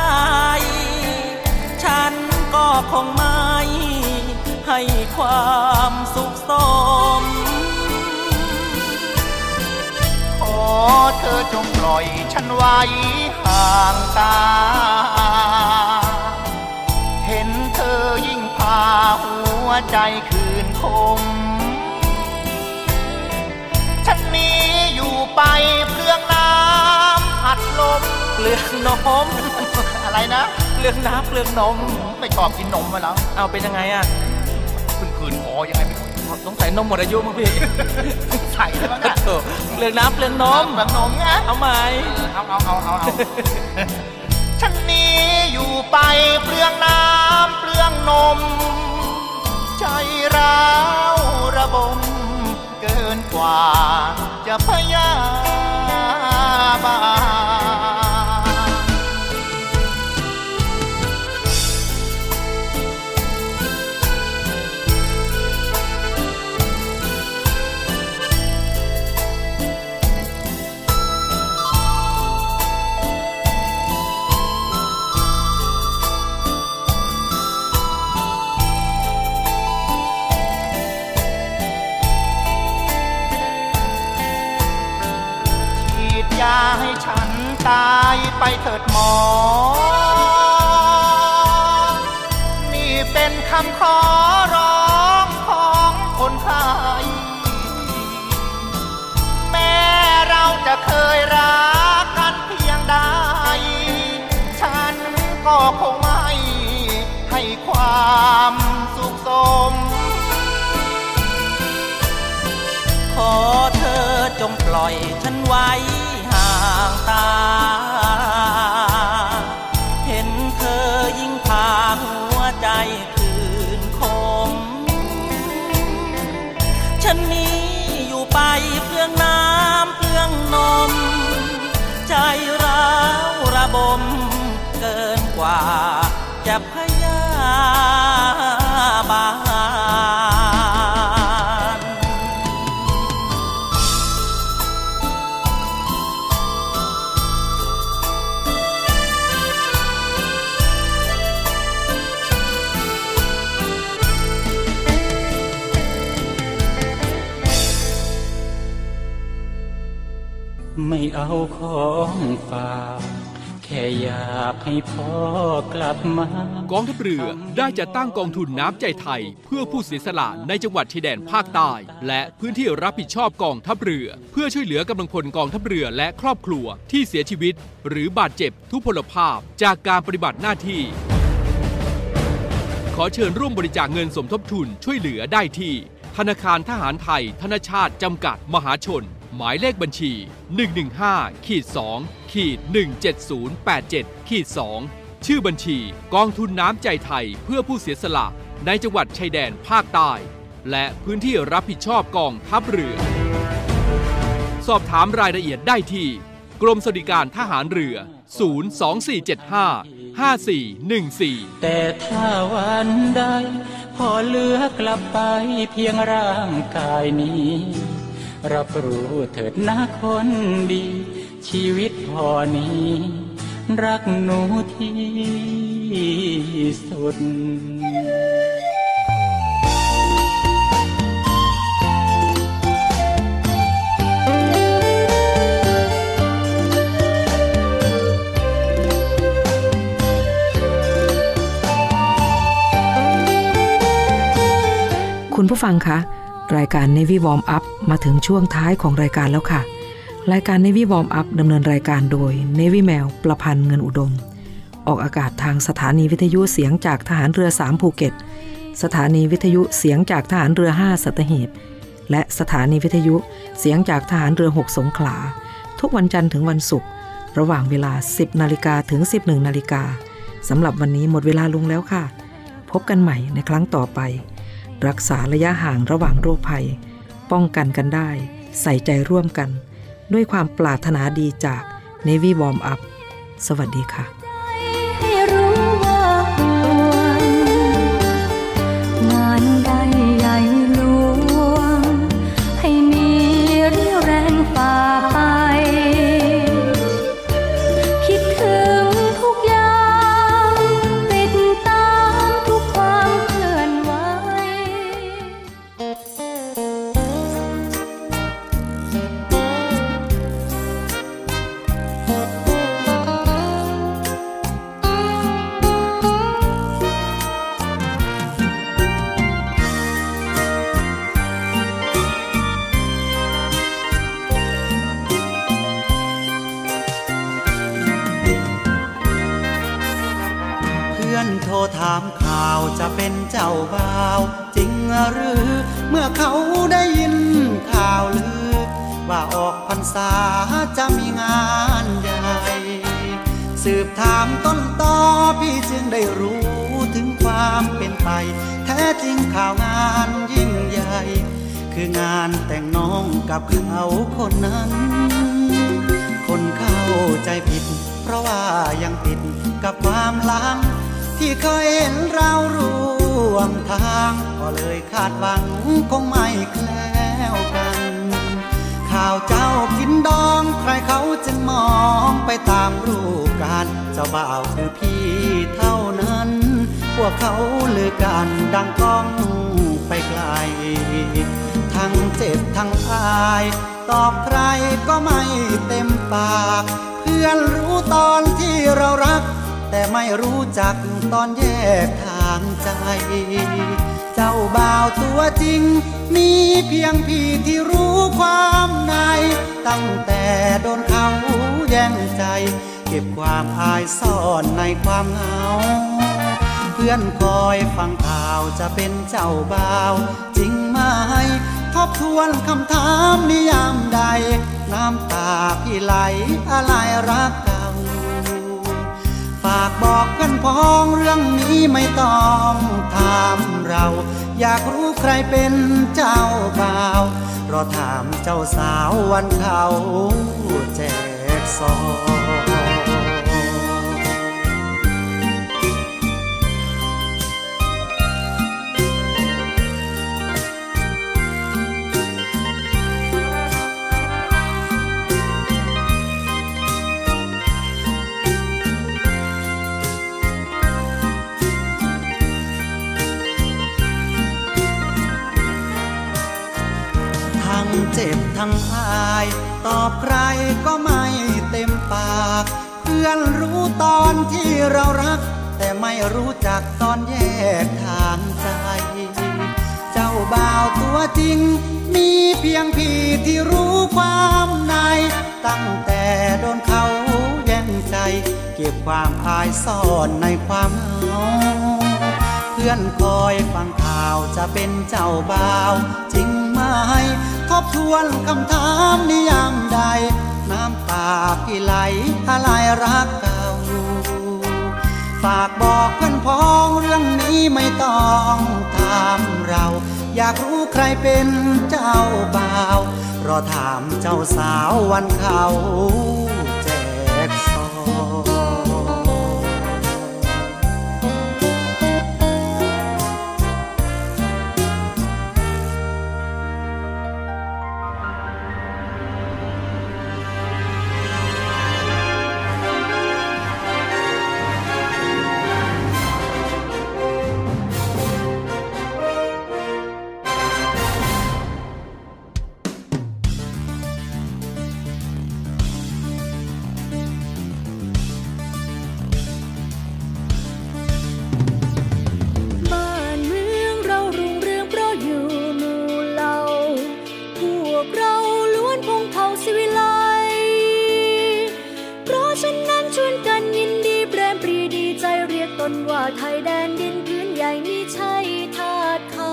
ฉันก็คงไม่ให้ความสุขสมขอเธอจงปล่อยฉันไว้ห่างตาเห็นเธอยิ่งพาหัวใจคืนคมฉันมีอยู่ไปเปลืองน้ำอัดลมเปลืองนมอะไรนะเปลืองน้ำเปลืองนมไม่ชอบกินนมมาแล้วเอาเป็นยังไงอ่ะคืนคืนคอยังไงไม่ต้องใส่นมหมดอายุมั้งพี่ใส่ได้บ้างอ่ะเปลืองน้ำเปลืองนมเปลืองนมไงเอาไหมเอาเอาเอาเอาเอาฉันมีอยู่ไปเปลืองน้ำเปลืองนมใจร้าวระบมเกินกว่าจะพยาบาไปเถิดหมอนี่เป็นคำขอร้องของคนไข้แม้เราจะเคยรักกันเพียงใดฉันก็คงไม่ให้ความสุขสมขอเธอจงปล่อยฉันไว้ห่างตาเห็นเธอยิ่งพาหัวใจคืนคมฉันมีอยู่ไปเพื่องน้ำเพื่องนมใจร้าวระบมเกินกว่าจะพยาบาลไม่เอาของฝากแค่อยากให้พ่อกลับมากองทัพเรือได้จัดตั้งกองทุนน้ำใจไทยเพื่อผู้เสียสละในจังหวัดชายแดนภาคใต้และพื้นที่รับผิดชอบกองทัพเรือเพื่อช่วยเหลือกำลังพลกองทัพเรือและครอบครัวที่เสียชีวิตหรือบาดเจ็บทุพพลภาพจากการปฏิบัติหน้าที่ขอเชิญร่วมบริจาคเงินสมทบทุนช่วยเหลือได้ที่ธนาคารทหารไทยธนชาติจำกัดมหาชนหมายเลขบัญชี หนึ่ง หนึ่ง ห้า สอง หนึ่ง เจ็ด ศูนย์ แปด เจ็ด สอง ชื่อบัญชีกองทุนน้ำใจไทยเพื่อผู้เสียสละในจังหวัดชายแดนภาคใต้และพื้นที่รับผิดชอบกองทัพเรือสอบถามรายละเอียดได้ที่กรมสวัสดิการทหารเรือ ศูนย์ สอง สี่ เจ็ด ห้า ห้า สี่ หนึ่ง สี่แต่ถ้าวันใดพอเหลือกลับไปเพียงร่างกายนี้รับรู้เถิดนะคนดีชีวิตพอนี้รักหนูที่สุดคุณผู้ฟังคะรายการ Navy Warm Up มาถึงช่วงท้ายของรายการแล้วค่ะรายการ Navy Warm Up ดำเนินรายการโดย Navy แมวประพันธ์เงินอุดมออกอากาศทางสถานีวิทยุเสียงจากทหารเรือสามภูเก็ตสถานีวิทยุเสียงจากทหารเรือห้าสัตหีบและสถานีวิทยุเสียงจากทหารเรือหกสงขลาทุกวันจันทร์ถึงวันศุกร์ระหว่างเวลา สิบนาฬิกาถึง สิบเอ็ดนาฬิกาสำหรับวันนี้หมดเวลาลงแล้วค่ะพบกันใหม่ในครั้งต่อไปรักษาระยะห่างระหว่างโรคภัยป้องกันกันได้ใส่ใจร่วมกันด้วยความปรารถนาดีจาก Navy Warm Up สวัสดีค่ะให้รู้ว่าห่วงงานใดใหญ่หลวงให้มีเรี่ยวแรงฝ่าไปคิดถึงทุกอย่างติดตามทุกความเคลื่อนไหวโทรถามข่าวจะเป็นเจ้าบ่าวจริงหรือเมื่อเขาได้ยินข่าวลือว่าออกพรรษาจะมีงานใหญ่สืบถามต้นตอพี่จึงได้รู้ถึงความเป็นไปแท้จริงข่าวงานยิ่งใหญ่คืองานแต่งน้องกับเขาคนนั้นคนเข้าใจผิดเพราะว่ายังติดกับความหลังที่เคยเห็นเราร่วมทางก็เลยคาดหวังคงไม่แคล้วกันข่าวเจ้ากินดองใครเขาจึงมองไปตามรูปการเจ้าบ่าวคือพี่เท่านั้นพวกเขาลือกันดังก้องไปไกลทั้งเจ็บทั้งอายตอบใครก็ไม่เต็มปากเพื่พื่อนรู้ตอนที่เรารักแต่ไม่รู้จักตอนแยกทางใจเจ้าบ่าวตัวจริงมีเพียงพี่ที่รู้ความในตั้งแต่โดนเขาแย่งใจเก็บความอายซ่อนในความเหงาเพื่อนคอยฟังข่าวจะเป็นเจ้าบ่าวจริงไหมทบทวนคำถามนิยามใดน้ำตาพี่ไหลอะไรรักเก่าฝากบอกเพื่อนพ้องเรื่องนี้ไม่ต้องถามเราอยากรู้ใครเป็นเจ้าบ่าวรอถามเจ้าสาววันเขาแจกซองเจ็บทั้งอายตอบใครก็ไม่เต็มปากเพื่อนรู้ตอนที่เรารักแต่ไม่รู้จักตอนแยกทางใจเจ้าบ่าวตัวจริงมีเพียงพี่ที่รู้ความในตั้งแต่โดนเขาแย่งใจเก็บความอายซ่อนในความเหงาเพื่อนคอยฟังข่าวจะเป็นเจ้าบ่าวจริงไหมทบทวนคำถามนิยามใดน้ำตาพี่ไหลอะไรรักเก่าฝากบอกเพื่อนพ้องเรื่องนี้ไม่ต้องถามเราอยากรู้ใครเป็นเจ้าบ่าวรอถามเจ้าสาววันเขาแจกซองว่าไทยแดนดินพื้นใหญ่มิใช่ทาสเขา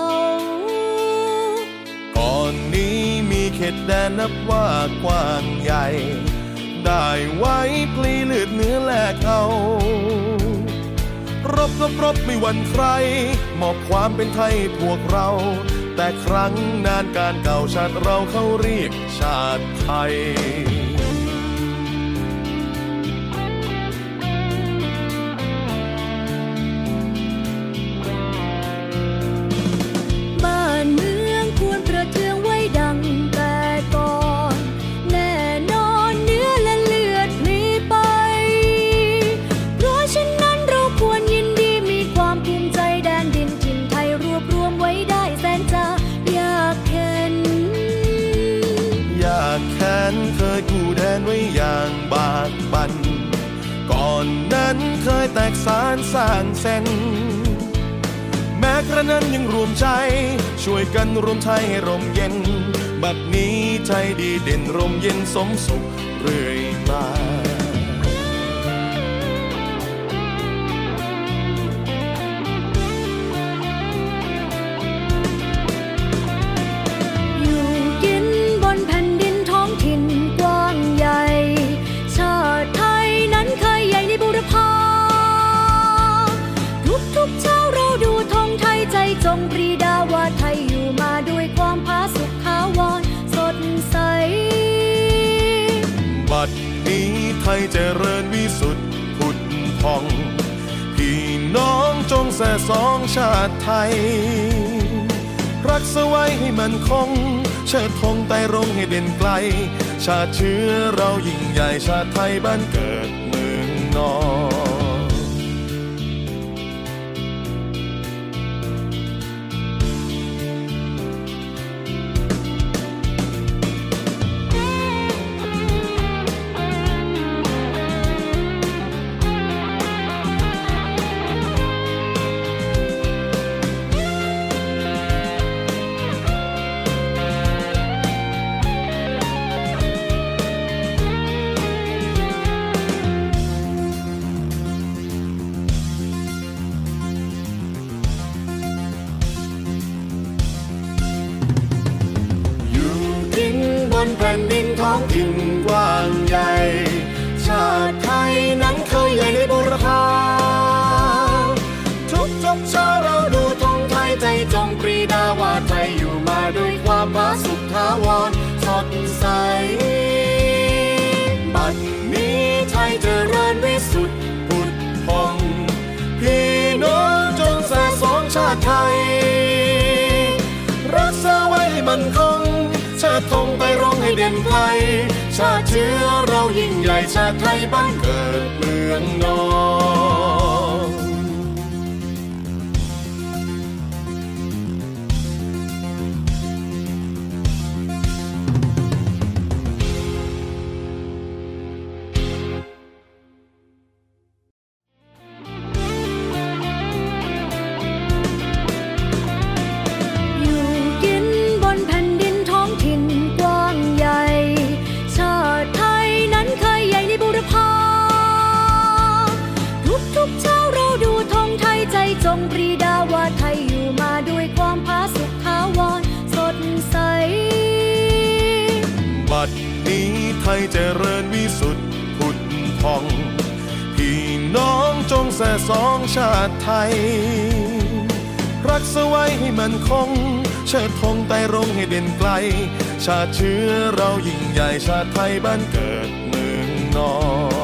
ก่อนนี้มีเขตแดนนับว่ากว้างใหญ่ได้ไว้พลีเลือดเนื้อแลกเอารบก็รบไม่หวั่นใครมอบความเป็นไทยพวกเราแต่ครั้งนานการเก่าชาติเราเขาเรียกชาติไทยเคยกู้แดนไว้อย่างบากบั่นก่อนนั้นเคยแตกสานสร้างเส้นแม้กระนั้นยังรวมใจช่วยกันรวมไทยให้ร่มเย็นบัดนี้ใจดีเด่นร่มเย็นสมสุขเรื่อยมาจงปรีดาว่าไทยอยู่มาด้วยความผาสุกขาวรสดใสบัดนี้ไทยเจริญวิสุทธิ์ผุดผ่องพี่น้องจงแส่สองชาติไทยรักษาไว้ให้มันคงเชิดธงไต่รงให้เด่นไกลชาติเชื้อเรายิ่งใหญ่ชาติไทยบ้านเกิดเมืองนอนท้องถิ่นกว้างใหญ่ชาติไทยนั้นเคยใหญ่ในบุรพาทุกทุกเช้าเราดูธงไทยใจจงปรีดาว่าไทยอยู่มาด้วยความผาสุกถาวรสดใสบัดนี้ไทยเจริญวิสุทธิ์ผุดพองพี่น้องจงสะสมชาติไทยรักษาไว้ให้มั่นคงชาติธงไปร้องให้เด่นไกลชาติเชื้อเรายิ่งใหญ่ชาติไทยบ้านเกิดเมืองนอนจงปรีดาว่าไทยอยู่มาด้วยความผาสุกถาวรสดใสบัดนี้ไทยเจริญวิสุทธิ์ผุดพองพี่น้องจงแส่สองชาติไทยรักษาไว้ให้มันคงเชิดธงไต่รงให้เด่นไกลชาติเชื้อเรายิ่งใหญ่ชาติไทยบ้านเกิดเมืองนอน